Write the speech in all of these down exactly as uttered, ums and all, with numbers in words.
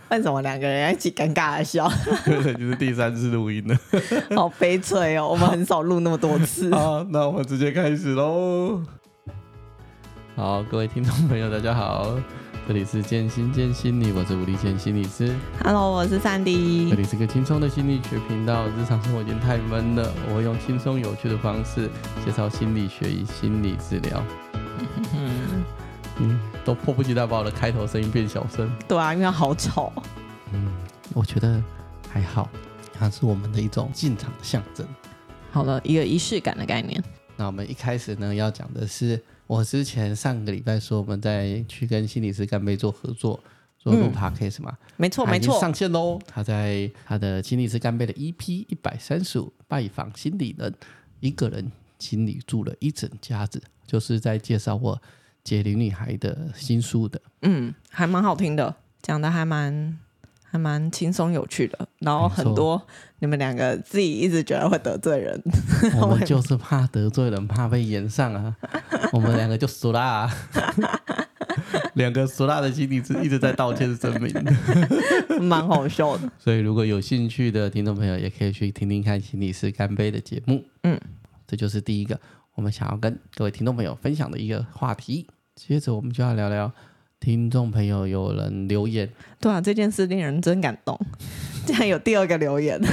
为什么两个人要一起尴尬的笑？ 对，就是第三次录音了。 好悲催哦，我们很少录那么多次。 好，那我们直接开始咯。好，各位听众朋友大家好，这里是健心健心理，我是吴立健心理师。 Hello， 我是三 D， 这里是个轻松的心理学频道。日常生活已经太闷了，我会用轻松有趣的方式介绍心理学与心理治疗。嗯嗯，都迫不及待把我的开头声音变小声。 对啊，因为好吵。 嗯，我觉得还好，它是我们的一种进场的象征。 好了，一个仪式感的概念。 那我们一开始呢要讲的是，我之前上个礼拜说我们在去跟心理师干杯做合作，做录 podcast 嘛、嗯， 没错没错， 上线喽。他在他的心理师干杯的 E P 一百三十五拜访心理人，一个人心里住了一整家子，就是在介绍我解离女孩的新书的。 嗯，还蛮好听的，讲的还蛮还蛮轻松有趣的，然后很多你们两个自己一直觉得会得罪人， 我们就是怕得罪人，怕被延上啊。我们两个就熟啦、啊，两个熟辣的心理师一直在道歉声明， 蛮好笑的。 所以如果有兴趣的听众朋友，也可以去听听看心理师干杯的节目。嗯，这就是第一个我们想要跟各位听众朋友分享的一个话题。接着我们就要聊聊听众朋友有人留言。 对啊，这件事令人真感动，竟然有第二个留言。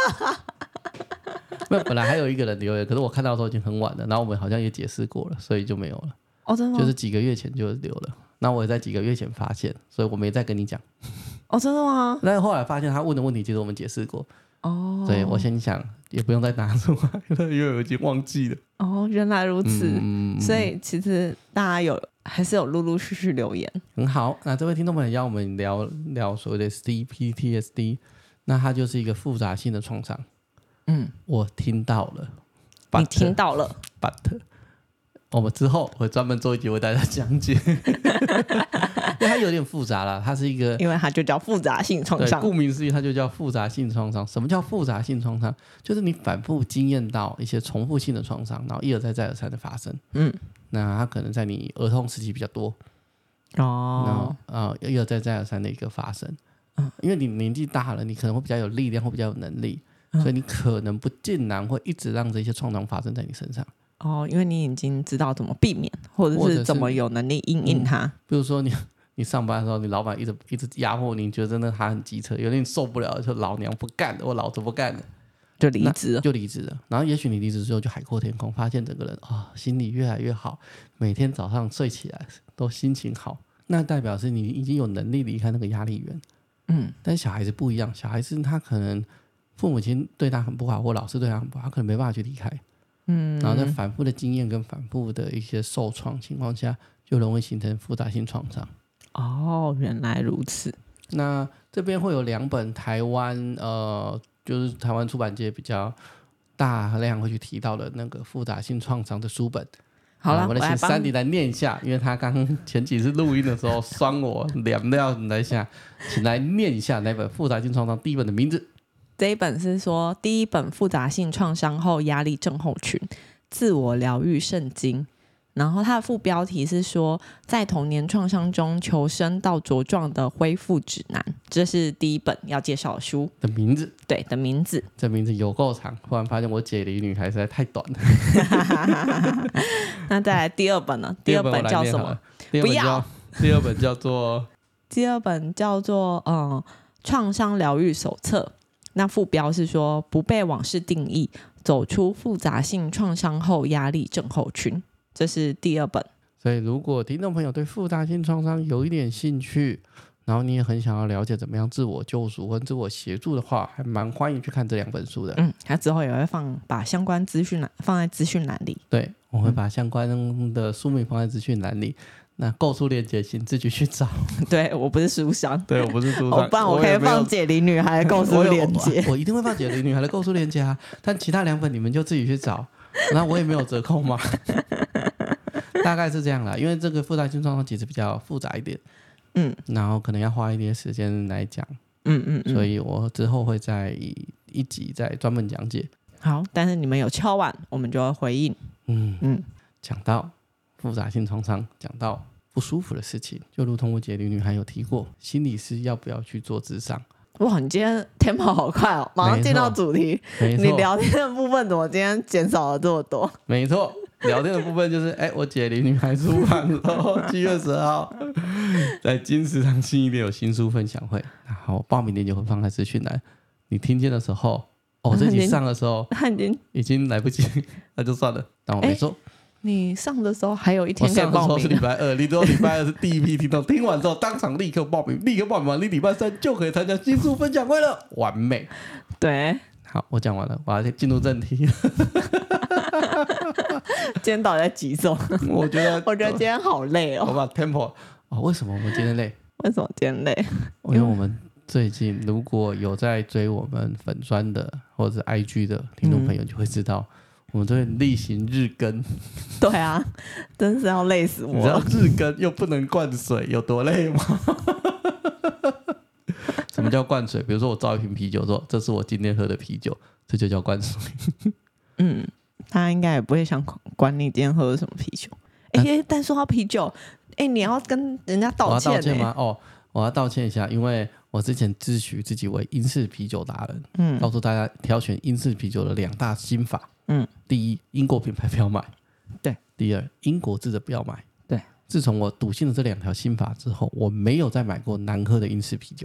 本来还有一个人留言，可是我看到的时候已经很晚了，然后我们好像也解释过了，所以就没有了。 哦，真的吗？ 就是几个月前就留了，那我也在几个月前发现，所以我没再跟你讲。 哦，真的吗？ 但是后来发现他问的问题其实我们解释过。哦，所以我先想也不用再拿出来，因为我已经忘记了。 哦，原来如此。嗯，所以其实大家有还是有陆陆续续留言。很好，那这位听众朋友要我们聊聊所谓的 C P T S D， 那它就是一个复杂性的创伤。嗯，我听到了。 你听到了 ，but 我们之后会专门做一集为大家讲解。因为它有点复杂啦，它是一个， 因为它就叫复杂性创伤。 顾名思义，它就叫复杂性创伤。什么叫复杂性创伤？就是你反复经验到一些重复性的创伤，然后一而再再而三的发生。嗯，那它可能在你儿童时期比较多。哦，然后呃一而再再而三的一个发生。嗯，因为你年纪大了，你可能会比较有力量，会比较有能力，所以你可能不尽然会一直让这些创伤发生在你身上。 哦，因为你已经知道怎么避免，或者是怎么有能力因应它。嗯、 比如说你你上班的时候，你老板一直一直压迫你，觉得真的他很机车，有点受不了，就老娘不干了，我老子不干了， 就离职了， 就离职了。然后也许你离职之后就海阔天空，发现整个人啊、哦、心里越来越好，每天早上睡起来都心情好，那代表是你已经有能力离开那个压力源。嗯，但小孩子不一样，小孩子他可能父母亲对他很不好，或老师对他很不好，他可能没办法去离开。嗯，然后在反复的经验跟反复的一些受创情况下，就容易形成复杂性创伤。 哦，原来如此。 那这边会有两本台湾呃，就是台湾出版界比较大量会去提到的那个复杂性创伤的书本。 好了， 我来请珊迪来念一下，因为他刚前几次录音的时候酸我两料，你来下，请来念一下那本复杂性创伤第一本的名字。 这一本是说第一本复杂性创伤后压力症候群自我疗愈圣经，然后它的副标题是说在童年创伤中求生到茁壮的恢复指南，这是第一本要介绍的书的名字。 对的名字， 这名字有够长，忽然发现我解离女孩实在太短了。 那再来第二本呢？第二本叫什么？ 不要。第二本叫做第二本叫做嗯创伤疗愈手册。那副标是说不被往事定义，走出复杂性创伤后压力症候群，这是第二本。 所以如果听众朋友对复杂性创伤有一点兴趣，然后你也很想要了解怎么样自我救赎跟自我协助的话，还蛮欢迎去看这两本书的。 嗯，他之后也会放把相关资讯放在资讯栏里。 对，我会把相关的书名放在资讯栏里。那购书链接请自己去找。 对，我不是书商， 对，我不是书商， 不然我可以放解离女孩的购书链接。 我, 我一定会放解离女孩的购书链接啊，但其他两本你们就自己去找，那我也没有折扣嘛。大概是这样啦，因为这个复杂性创伤其实比较复杂一点，嗯，然后可能要花一点时间来讲，嗯 嗯, 嗯，所以我之后会在一集再专门讲解。 好，但是你们有敲碗，我们就会回应。嗯嗯， 讲到复杂性创伤，讲到不舒服的事情，就如同我解离女孩有提过，心理师要不要去做諮商。 哇，你今天 tempo 好快哦，马上进到主题。你聊天的部分怎么今天减少了这么多？ 没错，聊天的部分就是哎，我解离女孩出版了七月十号在金石堂信义店有新书分享会，然后报名链接会放在资讯栏，你听见的时候哦，这集上的时候他已经已经来不及，那就算了，当我没说。 你上的时候还有一天可以报名， 我上的时候是礼拜二，你只有礼拜二是第一批听到，听完之后当场立刻报名，立刻报名完，你礼拜三就可以参加新书分享会了，完美。 对， 好，我讲完了，我要进入正题。 今天到底在急什么？ 我觉得， 我觉得今天好累哦。 我把 tempo 哦，为什么我们今天累？ 为什么今天累？ 因为我们最近如果有在追我们粉专的或者 I G 的听众朋友，就会知道。嗯，我们都会例行日更。对啊，真是要累死我了。 你知道日更又不能灌水有多累吗？什么叫灌水？比如说我造一瓶啤酒说这是我今天喝的啤酒，这就叫灌水。 嗯，他应该也不会想管你今天喝的什么啤酒。哎、欸，但说到啤酒，哎、欸，你要跟人家道歉、欸、 我要道歉吗？哦，我要道歉一下，因为我之前自诩自己为英式啤酒达人，嗯，告诉大家挑选英式啤酒的两大心法。嗯，第一，英国品牌不要买。 对。 第二，英国制的不要买。 对。 自从我笃信了这两条心法之后，我没有再买过难喝的英式啤酒。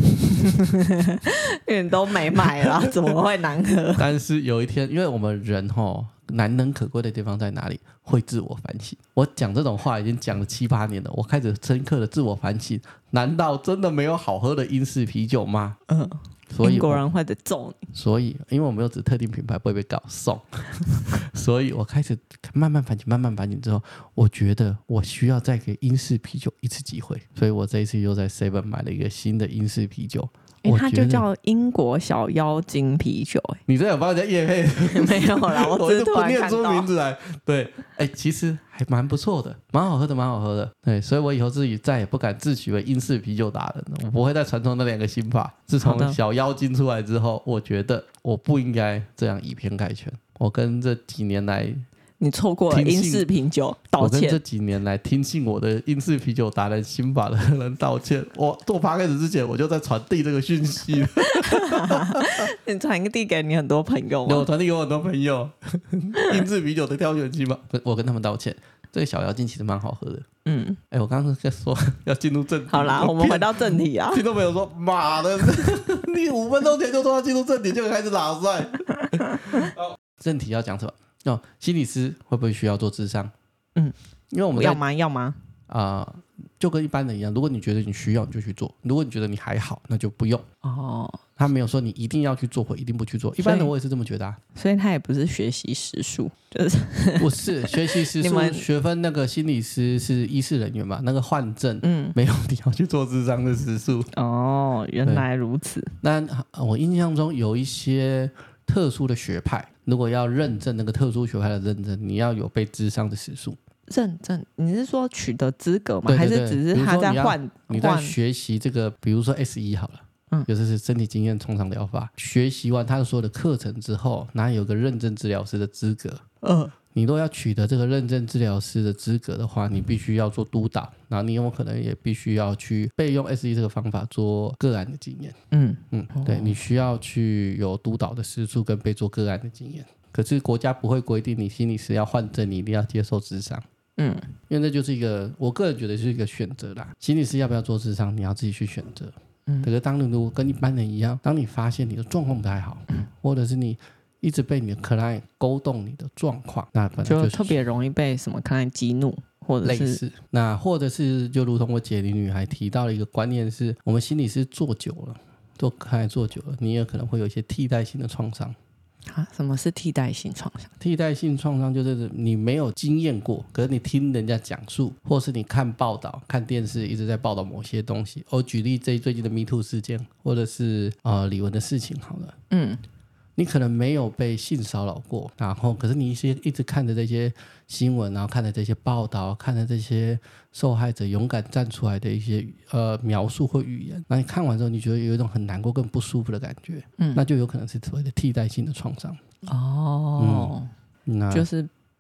因为你都没买了，怎么会难喝？ 但是有一天，因为我们人齁难能可贵的地方在哪里？会自我反省。我讲这种话已经讲了七八年了，我开始深刻的自我反省，难道真的没有好喝的英式啤酒吗？嗯。所以英国人会得揍你， 所以因为我没有指特定品牌不会被告送，所以我开始慢慢反省，慢慢反省之后，我觉得我需要再给英式啤酒一次机会，所以我这一次又在 seven 买了一个新的英式啤酒。 欸、它就叫英国小妖精啤酒、欸、 你这有帮人家业配？ 没有啦，我只是突然看到， 我不念出名字来。对，哎、欸，其实还蛮不错的，蛮好喝的，蛮好喝的。对，所以我以后自己再也不敢自诩为英式啤酒达人了，我不会再传承那两个心法。自从小妖精出来之后，我觉得我不应该这样以偏概全。我跟这几年来。 你错过了英式啤酒，道歉。 我跟这几年来听信我的英式啤酒达人心法的人道歉。我做 podcast 之前，我就在传递这个讯息。 你传递给你很多朋友吗？ 我传递给我很多朋友。英式啤酒的挑选机嘛，我跟他们道歉。这个小妖精其实蛮好喝的。嗯，哎、欸，我刚刚在说要进入正题。 好啦，我们回到正题啊。 听众朋友说：“妈的，你五分钟前就说要进入正题，就开始拉塞。”正题要讲什么？哦，心理师会不会需要做諮商？嗯，因为我们要吗？要吗？ 啊、呃，就跟一般人一样，如果你觉得你需要，你就去做；如果你觉得你还好，那就不用。哦，他没有说你一定要去做或一定不去做。一般人我也是这么觉得啊。 所以他也不是学习时数，就是不是学习时数学分那个心理师是医事人员嘛？那个换证，嗯，没有你要去做諮商的时数。哦， 原来如此。 那我印象中有一些特殊的学派。如果要认证那个特殊学派的认证，你要有被諮商的时数。 认证？你是说取得资格吗？对对对，还是只是他在换？ 你在学习这个，比如说 S E 好了，嗯，就是身体经验创伤疗法。学习完他所有的课程之后，然后有个认证治疗师的资格。嗯，你如果要取得这个认证治疗师的资格的话，你必须要做督导，然后你有可能也必须要去备用 S E 这个方法做个案的经验。嗯嗯，对，你需要去有督导的时数跟被做个案的经验。可是国家不会规定你心理师要换证，你一定要接受諮商。嗯，因为这就是一个，我个人觉得是一个选择啦。心理师要不要做諮商，你要自己去选择。嗯，可是当你如果跟一般人一样，当你发现你的状况不太好，嗯、或者是你一直被你的 client 勾动你的状况，那本来 就, 就特别容易被什么 client 激怒，或者是类似。那或者是就如同我解离女孩提到的一个观念是，我们心理师做久了，做 client 做久了，你也可能会有一些替代性的创伤。 啊，什么是替代性创伤？ 替代性创伤就是你没有经验过，可是你听人家讲述，或是你看报道、看电视一直在报道某些东西。我举例这最近的 Me Too 事件，或者是呃李玟的事情好了，嗯，你可能没有被性骚扰过，然后可是你一些一直看着这些新闻，然后看着这些报道，看着这些受害者勇敢站出来的一些呃描述或语言，那你看完之后，你觉得有一种很难过、更不舒服的感觉，嗯，那就有可能是所谓的替代性的创伤。 哦，嗯，就是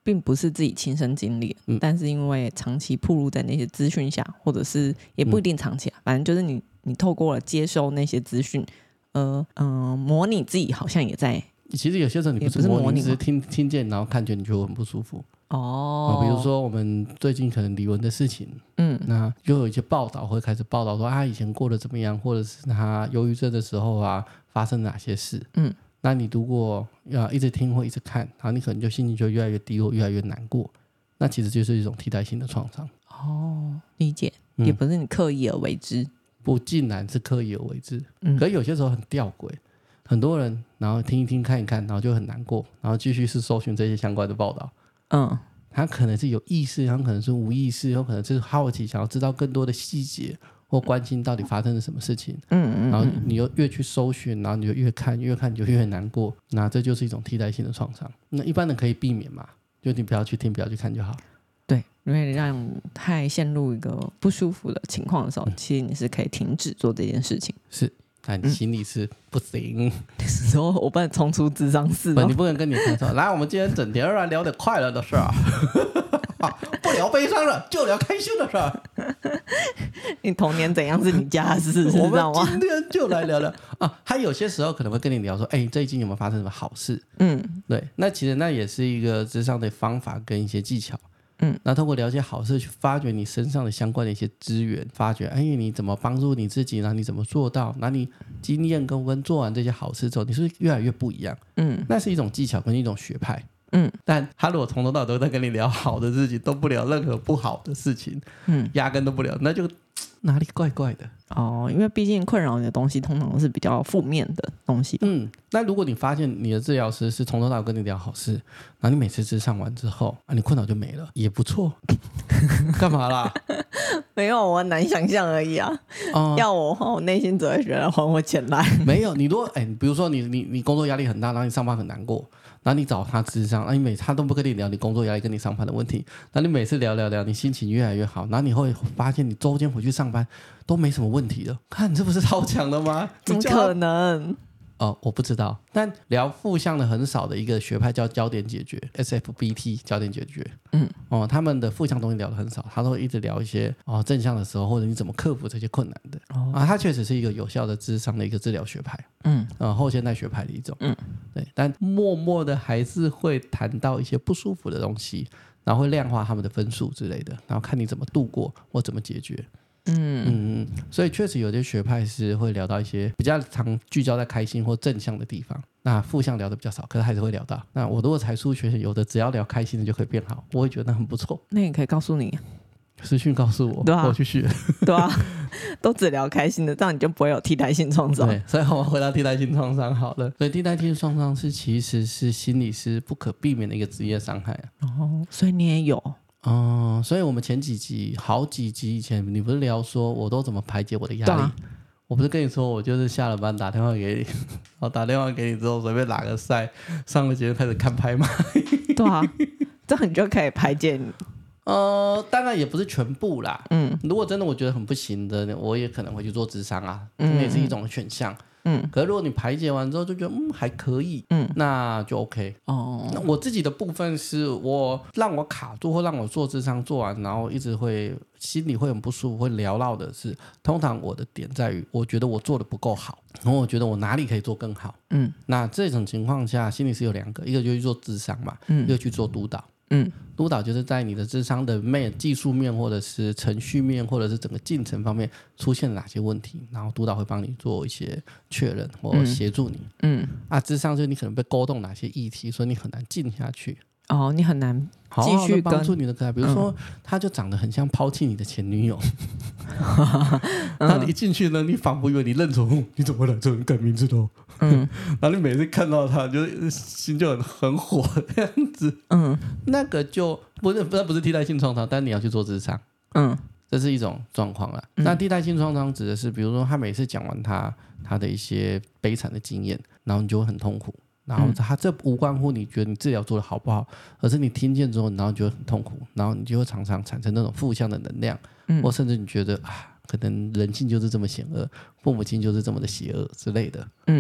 并不是自己亲身经历、嗯、但是因为长期暴露在那些资讯下，或者是也不一定长期、啊嗯、反正就是你你透过了接收那些资讯呃嗯、呃，模拟自己好像也在， 其实有些时候你不是模拟，只是听听见然后看见你就很不舒服哦、呃。比如说我们最近可能李玟的事情，嗯，那就有一些报道会开始报道说他以前过得怎么样，或者是他忧郁症的时候啊发生哪些事，嗯，那你如果要一直听或一直看，然后你可能就心情就越来越低落，越来越难过，那其实就是一种替代性的创伤。 哦，理解，也不是你刻意而为之。嗯， 不尽然是刻意而为之、嗯、可是有些时候很吊诡，很多人然后听一听看一看然后就很难过，然后继续是搜寻这些相关的报道。嗯，他可能是有意识，他可能是无意识，有可能是好奇想要知道更多的细节或关心到底发生了什么事情。嗯嗯，然后你又越去搜寻，然后你就越看越看就越难过，那这就是一种替代性的创伤。那一般人可以避免嘛，就你不要去听不要去看就好。 对，因为让太陷入一个不舒服的情况的时候、嗯、其实你是可以停止做这件事情。 是，但你心里是不行。 说、嗯、我不能冲出智商室、哦、 你不能跟你朋友来，我们今天整天来聊点快乐的事啊不聊悲伤了，就聊开心的事儿。 你童年怎样是你家的事， 我们今天就来聊聊啊。他有些时候可能会跟你聊说，哎、欸，最近有没有发生什么好事？嗯，对，那其实那也是一个智商的方法跟一些技巧。嗯，那通过了解好事去发掘你身上的相关的一些资源，发掘哎你怎么帮助你自己，然后你怎么做到，那你经验跟跟做完这些好事之后，你是不是越来越不一样？嗯，那是一种技巧跟一种学派。嗯，但他如果从头到尾都在跟你聊好的事情，都不聊任何不好的事情，嗯，压根都不聊，那就哪里怪怪的哦。因为毕竟困扰你的东西通常都是比较负面的东西。 嗯，那如果你发现你的治疗师是从头到尾跟你聊好事，然后你每次治上完之后啊，你困扰就没了，也不错。干嘛啦？ 没有，我难想象而已啊。嗯、要我话，我内心只会觉得还我钱来。 没有，你如果哎，比如说你你你工作压力很大，然后你上班很难过。然后你找他咨商，然后你每次他都不跟你聊你工作压力跟你上班的问题，然后你每次聊聊聊，你心情越来越好，然后你会发现你周间回去上班都没什么问题了。看你这不是超强的吗？ 怎么可能？ 哦，我不知道，但聊负向的很少的一个学派叫焦点解决 S F B T 焦点解决。嗯，哦，他们的负向东西聊得很少，他都会一直聊一些哦正向的时候，或者你怎么克服这些困难的。哦，啊，它确实是一个有效的智商的一个治疗学派。嗯，呃，后现代学派的一种。嗯，对，但默默的还是会谈到一些不舒服的东西，然后会量化他们的分数之类的，然后看你怎么度过或怎么解决。嗯嗯，所以确实有些学派是会聊到一些比较常聚焦在开心或正向的地方，那负向聊的比较少，可是还是会聊到。那我如果才疏学有的只要聊开心的就可以变好，我会觉得很不错。 那也可以告诉你， 私讯告诉我， 对啊， 我去学。 对啊，都只聊开心的，这样你就不会有替代性创伤。 对，所以我们回到替代性创伤好了。所以替代性创伤是其实是心理师不可避免的一个职业伤害啊。 哦，所以你也有。 哦、嗯，所以我们前几集好几集以前你不是聊说我都怎么排解我的压力、啊、我不是跟你说我就是下了班打电话给你，然后打电话给你之后随便打个赛，上了节目开始看拍吗？ 对啊，这样你就可以排解你。 呃，当然也不是全部啦。嗯，如果真的我觉得很不行的，我也可能会去做諮商啊，这也是一种选项。嗯，可是如果你排解完之后就觉得嗯还可以，嗯，那就 OK 哦。那我自己的部分是我让我卡住或让我做諮商做完，然后一直会心里会很不舒服，会缭绕的是，通常我的点在于我觉得我做的不够好，然后我觉得我哪里可以做更好。嗯，那这种情况下，心理师有两个，一个就去做諮商嘛，嗯，一个去做督导。嗯，督导就是在你的諮商的面技术面或者是程序面或者是整个进程方面出现哪些问题，然后督导会帮你做一些确认或协助你。嗯，啊，諮商就是你可能被勾动哪些议题，所以你很难进下去。 哦，你很难继续帮助你的个案，比如说、嗯、他就长得很像抛弃你的前女友，然后你一进去呢，你仿佛以为你认错，你怎么来这人改名字的？嗯，然后你每次看到他，就心就很很火这样子。嗯，那个就不是那不是替代性创伤，但你要去做諮商。嗯，这是一种状况啦。嗯、那替代性创伤指的是，比如说他每次讲完他他的一些悲惨的经验，然后你就会很痛苦。然后他这无关乎你觉得你治疗做的好不好，而是你听见之后，然后你就会很痛苦，然后你就会常常产生那种负向的能量，嗯、或甚至你觉得啊，可能人性就是这么险恶，父母亲就是这么的邪恶之类的。嗯，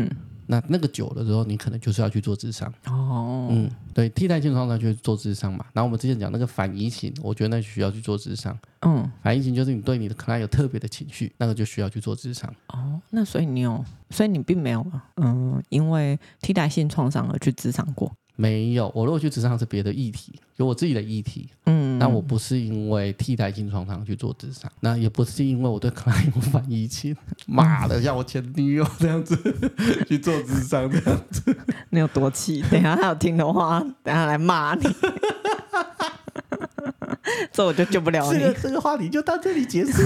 那那个久了之后，你可能就是要去做諮商。 哦， 嗯，对，替代性创伤就是做諮商嘛。然后我们之前讲那个反移情，我觉得那需要去做諮商。嗯，反移情就是你对你的 client 有特别的情绪，那个就需要去做諮商。 哦，那所以你有，所以你并没有嗯，因为替代性创伤而去諮商过？ 没有，我如果去諮商是别的议题，有我自己的议题。嗯，那我不是因为替代性创伤去做諮商，那也不是因为我对 client 有反移情，妈的，像我前女友这样子去做諮商这样子。 你有多气？等一下他有听的话，等一下来骂你。这我就救不了你。 这个这个话题就到这里结束。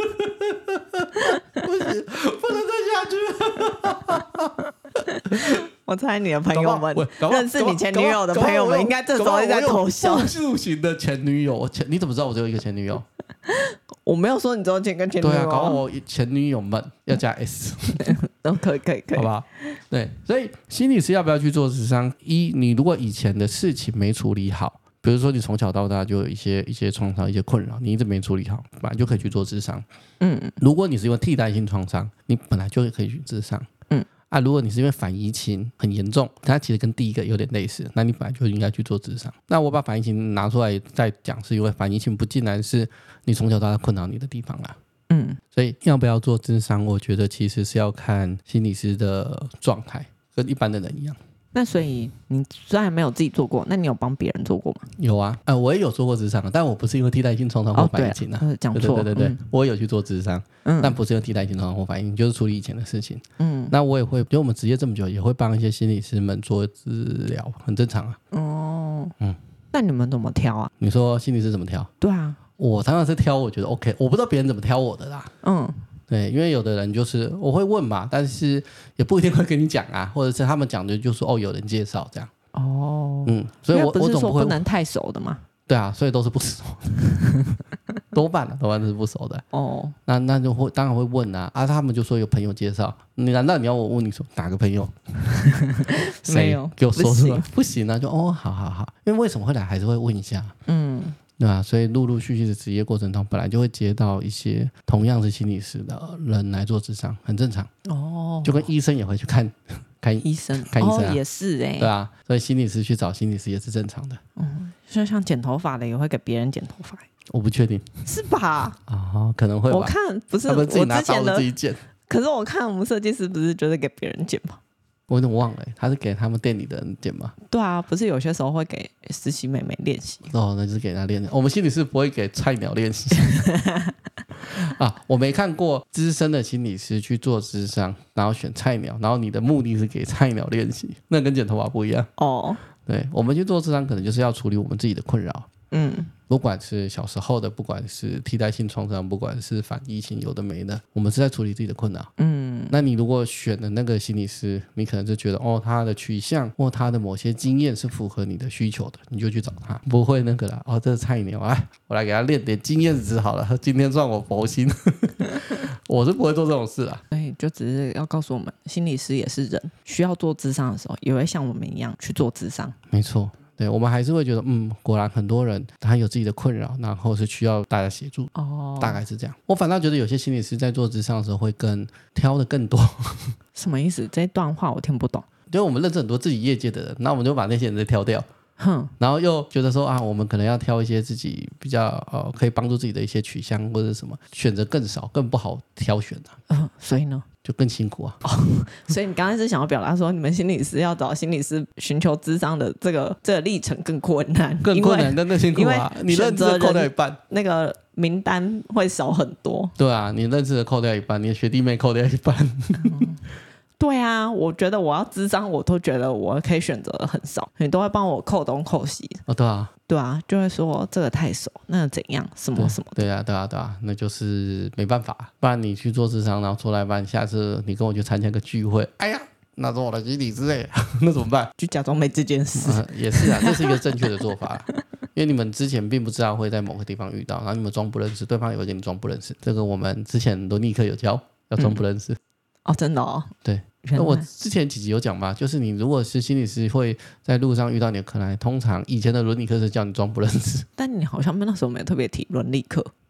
不行，不能再下去了。 我猜你的朋友们认识你前女友的朋友们，应该这时候在偷笑。 复数型的前女友，我前你怎么知道我只有一个前女友？ 我没有说你只有前跟前女友。 对啊，搞我前女友们要加 S。 都可以可以可以， 好吧？对，所以心理师要不要去做諮商？一，你如果以前的事情没处理好。比如说你从小到大就有一些一些创伤一些困扰，你一直没处理好，本来就可以去做諮商。嗯，如果你是因为替代性创伤，你本来就可以去諮商。嗯啊，如果你是因为反移情很严重，它其实跟第一个有点类似，那你本来就应该去做諮商。那我把反移情拿出来再讲，是因为反移情不尽然是你从小到大困扰你的地方啦。嗯，所以要不要做諮商，我觉得其实是要看心理师的状态，跟一般的人一样。 那所以你虽然没有自己做过，那你有帮别人做过吗？ 有啊，呃，我也有做过諮商，但我不是因为替代性创伤或反移情啊。 哦，讲错， 对对对对，嗯、我有去做諮商，嗯，但不是因为替代性创伤或反移情，就是处理以前的事情。嗯，那我也会，因为我们职业这么久，也会帮一些心理师们做治疗，很正常啊。哦，嗯， 那你们怎么挑啊？ 你说心理师怎么挑？ 对啊， 我常常是挑，我觉得 OK， 我不知道别人怎么挑我的啦。嗯。对，因为有的人就是我会问嘛，但是也不一定会跟你讲啊，或者是他们讲的就说哦，有人介绍这样。哦，嗯，所以我不是说不能太熟的嘛。 对啊，所以都是不熟的，多半啊，多半都是不熟的。哦，那那就会当然会问啊，啊，他们就说有朋友介绍，你难道你要我问你说哪个朋友？ 没有， 给我说出来，不行啊，就哦，好好好，因为为什么会来还是会问一下。嗯。对啊，所以陆陆续续的职业过程中，本来就会接到一些同样是心理师的人来做諮商，很正常。哦，就跟医生也会去看看医生， 看医生、啊哦、也是哎、欸。 对啊，所以心理师去找心理师也是正常的。 嗯，就像剪头发的也会给别人剪头发、欸， 我不确定， 是吧？ 啊，可能会吧。 我看不是， 他们自己拿刀子自己剪。 可是我看我们设计师不是就是给别人剪吗？ 我有点忘了、欸，他是给他们店里的人剪吗？ 对啊，不是有些时候会给实习妹妹练习哦，那就是给他练。我们心理师不会给菜鸟练习啊。我没看过资深的心理师去做諮商，然后选菜鸟，然后你的目的是给菜鸟练习，那跟剪头发不一样哦。对，我们去做諮商可能就是要处理我们自己的困扰。嗯，不管是小时候的，不管是替代性创伤，不管是反移情，有的没的，我们是在处理自己的困扰。嗯，那你如果选的那个心理师，你可能就觉得哦，他的取向或他的某些经验是符合你的需求的，你就去找他，不会那个啦。哦，这是菜鸟啊，我来给他练点经验值好了，今天算我佛心。我是不会做这种事啦。 对，就只是要告诉我们，心理师也是人，需要做諮商的时候，也会像我们一样去做諮商。 没错。对，我们还是会觉得，嗯，果然很多人他有自己的困扰，然后是需要大家协助，哦，大概是这样。我反倒觉得有些心理师在做諮商的时候会更挑的更多。 什么意思？这段话我听不懂。 因为我们认识很多自己业界的人，那我们就把那些人再挑掉。哼，然后又觉得说啊，我们可能要挑一些自己比较呃可以帮助自己的一些取向或者什么，选择更少，更不好挑选的、啊。嗯， 所以呢？ 就更辛苦啊、哦！ 所以你刚才是想要表达说，你们心理师要找心理师寻求諮商的这个这个历程更困难， 更困难，真的辛苦啊！你认知的扣掉一半， 那个名单会少很多。 对啊，你认知的扣掉一半，你的学弟妹扣掉一半。 嗯对啊，我觉得我要諮商，我都觉得我可以选择的很少，你都会帮我扣东扣西。 哦，对啊， 对啊，就会说这个太熟，那怎样，什么什么的。 对啊，对啊，对啊，那就是没办法，不然你去做諮商，然后做来办，下次你跟我去参加个聚会，哎呀，那是我的心理师哎，那怎么办？ 就假装没这件事。 嗯、也是啊，这是一个正确的做法。因为你们之前并不知道会在某个地方遇到，然后你们装不认识，对方也会跟你装不认识。这个我们之前伦理课有教，要装不认识。嗯、 哦，真的哦。 对。那我之前几集有讲吧，就是你如果是心理师会在路上遇到你的客人，通常以前的伦理课是叫你装不认识， 但你好像那时候没有特别提伦理课。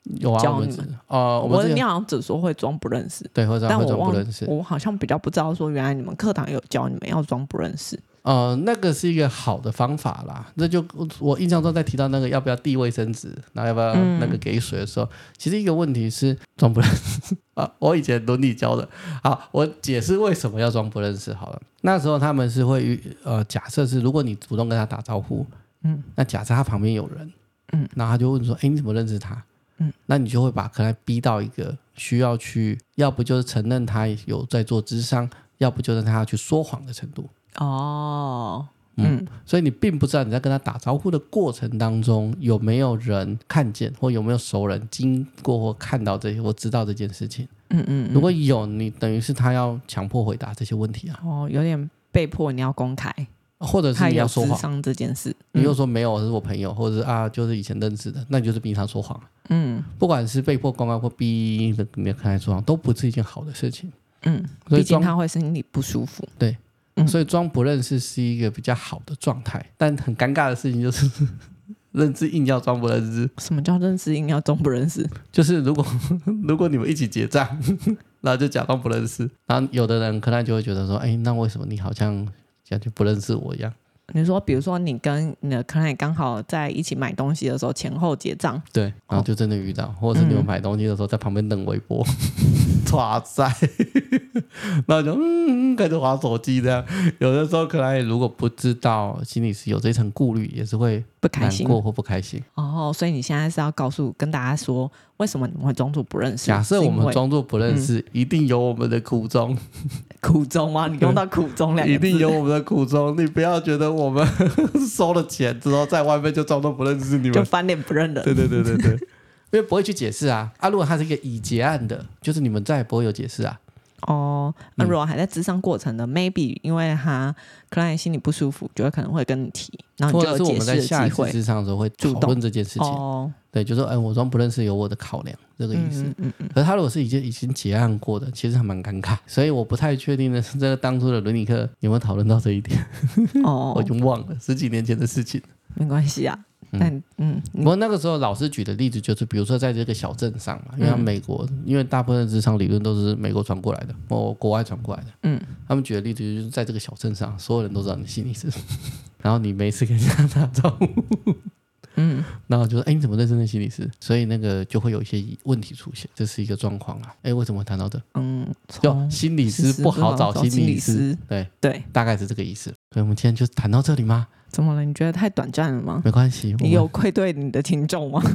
有啊， 教你们？ 呃，我们你好像只说会装不认识， 对，或者会装不认识。 我好像比较不知道说，原来你们课堂有教你们要装不认识。 呃，那个是一个好的方法啦。那就我印象中在提到那个要不要递卫生纸，然后要不要那个给水的时候，嗯、其实一个问题是装不认识啊。我以前伦理教的，好，我解释为什么要装不认识好了。那时候他们是会呃，假设是如果你主动跟他打招呼，嗯，那假设他旁边有人，嗯，然后他就问说，哎，你怎么认识他？嗯，那你就会把可能逼到一个需要去，要不就是承认他有在做諮商，要不就是他要去说谎的程度。 哦， 嗯，嗯，所以你并不知道你在跟他打招呼的过程当中有没有人看见，或有没有熟人经过或看到这些，或知道这件事情。嗯嗯, 嗯，如果有，你等于是他要强迫回答这些问题啊。 哦，有点被迫你要公开， 或者是你要说谎。 他有諮商这件事， 你又说没有，是我朋友，或者是啊，就是以前认识的，那你就是逼他说谎。嗯，不管是被迫公开或逼的你看他说谎，都不是一件好的事情。 嗯，毕竟他会心里不舒服。 对。所以装不认识是一个比较好的状态，但很尴尬的事情就是认知硬要装不认识。 什么叫认知硬要装不认识？ 就是如果如果你们一起结账，然后就假装不认识，然后有的人可能就会觉得说，哎，那为什么你好像感觉不认识我一样？ 你说，比如说你跟你的 client 刚好在一起买东西的时候前后结账， 对，然后就真的遇到，哦、或者是你们买东西的时候在旁边等微波，哇塞，然后就嗯开始滑手机这样。有的时候 client 如果不知道心理师有这层顾虑，也是会不开心难过或不开心。 哦，所以你现在是要告诉跟大家说，为什么你们会装作不认识？ 假设我们装作不认识，嗯、一定有我们的苦衷。 苦衷吗？你用到苦衷两个字， 一定有我们的苦衷。你不要觉得我们收了钱之后在外面就装作不认识你们， 就翻脸不认人。 对对对对对，因为不会去解释啊啊！如果他是一个已结案的，就是你们再也不会有解释啊。 哦，那如果还在諮商过程的、嗯、，maybe 因为他 client 心里不舒服，就会可能会跟你提，然后你就有解释的机会。或者是我们在下一次諮商的时候会讨论这件事情。哦，对，就说哎，我装不认识有我的考量，这个意思。嗯嗯嗯。可是他如果是已经已经结案过的，其实还蛮尴尬，所以我不太确定的是，这个当初的伦理课有没有讨论到这一点？哦，我已经忘了十几年前的事情。 没关系啊。但嗯， 不过那个时候老师举的例子就是，比如说在这个小镇上嘛，因为美国，嗯、因为大部分的职场理论都是美国传过来的，或国外传过来的，嗯，他们举的例子就是在这个小镇上，所有人都知道你心理师，然后你每次跟人家打招呼，嗯，然后就说，哎，你怎么认识那心理师？所以那个就会有一些问题出现，这是一个状况啊。哎，为什么谈到这？嗯，就心理师不好找心理师，对对，大概是这个意思。所以我们今天就谈到这里吗？ 怎么了？你觉得太短暂了吗？ 没关系， 你有愧对你的听众吗？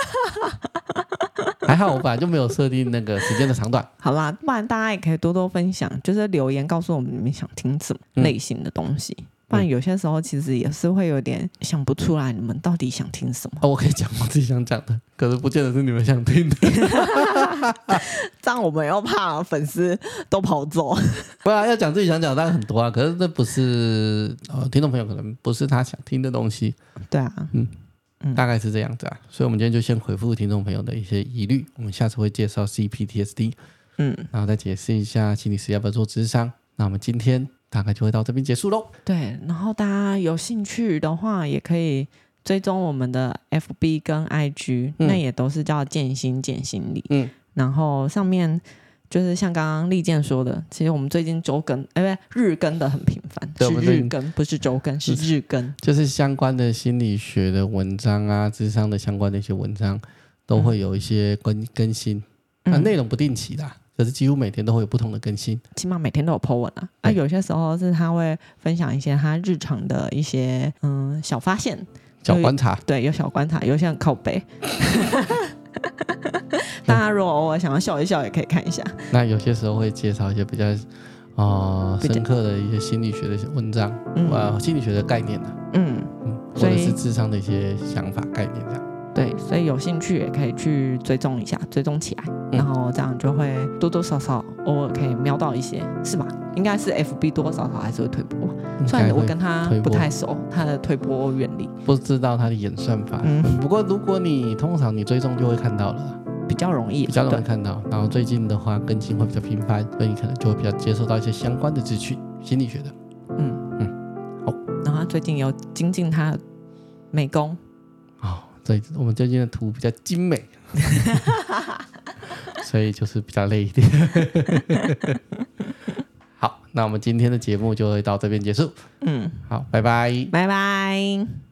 还好，我本来就没有设定那个时间的长短。 好啦，不然大家也可以多多分享，就是留言告诉我们你们想听什么类型的东西。嗯，不然有些时候其实也是会有点想不出来你们到底想听什么。 哦，我可以讲我自己想讲的，可是不见得是你们想听的。 这样我们又怕粉丝都跑走。 不然要讲自己想讲当然很多啊，可是这不是呃听众朋友可能不是他想听的东西。 对啊，嗯嗯，大概是这样子啊。所以我们今天就先回复听众朋友的一些疑虑，我们下次会介绍 C P T S D， 嗯，然后再解释一下心理师要不要做諮商。那我们今天大概就会到这边结束咯。 对，然后大家有兴趣的话也可以追踪我们的 F B 跟 I G，嗯、那也都是叫健心健心理。嗯，然后上面就是像刚刚利健说的，其实我们最近周更，哎，不日更的很频繁，是日更，不是周更，是日更， 就是相关的心理学的文章啊，諮商的相关的一些文章都会有一些更更新，那、嗯啊、内容不定期的。可是几乎每天都会有不同的更新， 起码每天都有 po 文啊。啊，有些时候是他会分享一些他日常的一些嗯小发现、 小观察， 对，有小观察，有些很靠北。大家如果偶尔想要笑一笑，也可以看一下。 那有些时候会介绍一些比较呃深刻的一些心理学的文章，嗯、呃，心理学的概念啊，嗯嗯，或者是諮商的一些想法概念这样。 对，所以有兴趣也可以去追踪一下，追踪起来，嗯、然后这样就会多多少少偶尔可以瞄到一些，是吧？应该是 F B 多多少少还是会推播，虽然我跟他不太熟，他的推播原理不知道他的演算法。嗯，不过如果你通常你追踪就会看到了， 比较容易， 比较容易看到。然后最近的话更新会比较频繁，所以你可能就会比较接受到一些相关的资讯，心理学的。嗯嗯，好。 然后他最近有精进他的美工。 所以我们最近的图比较精美，所以就是比较累一点。好，那我们今天的节目就会到这边结束。嗯，好，拜拜， 拜拜。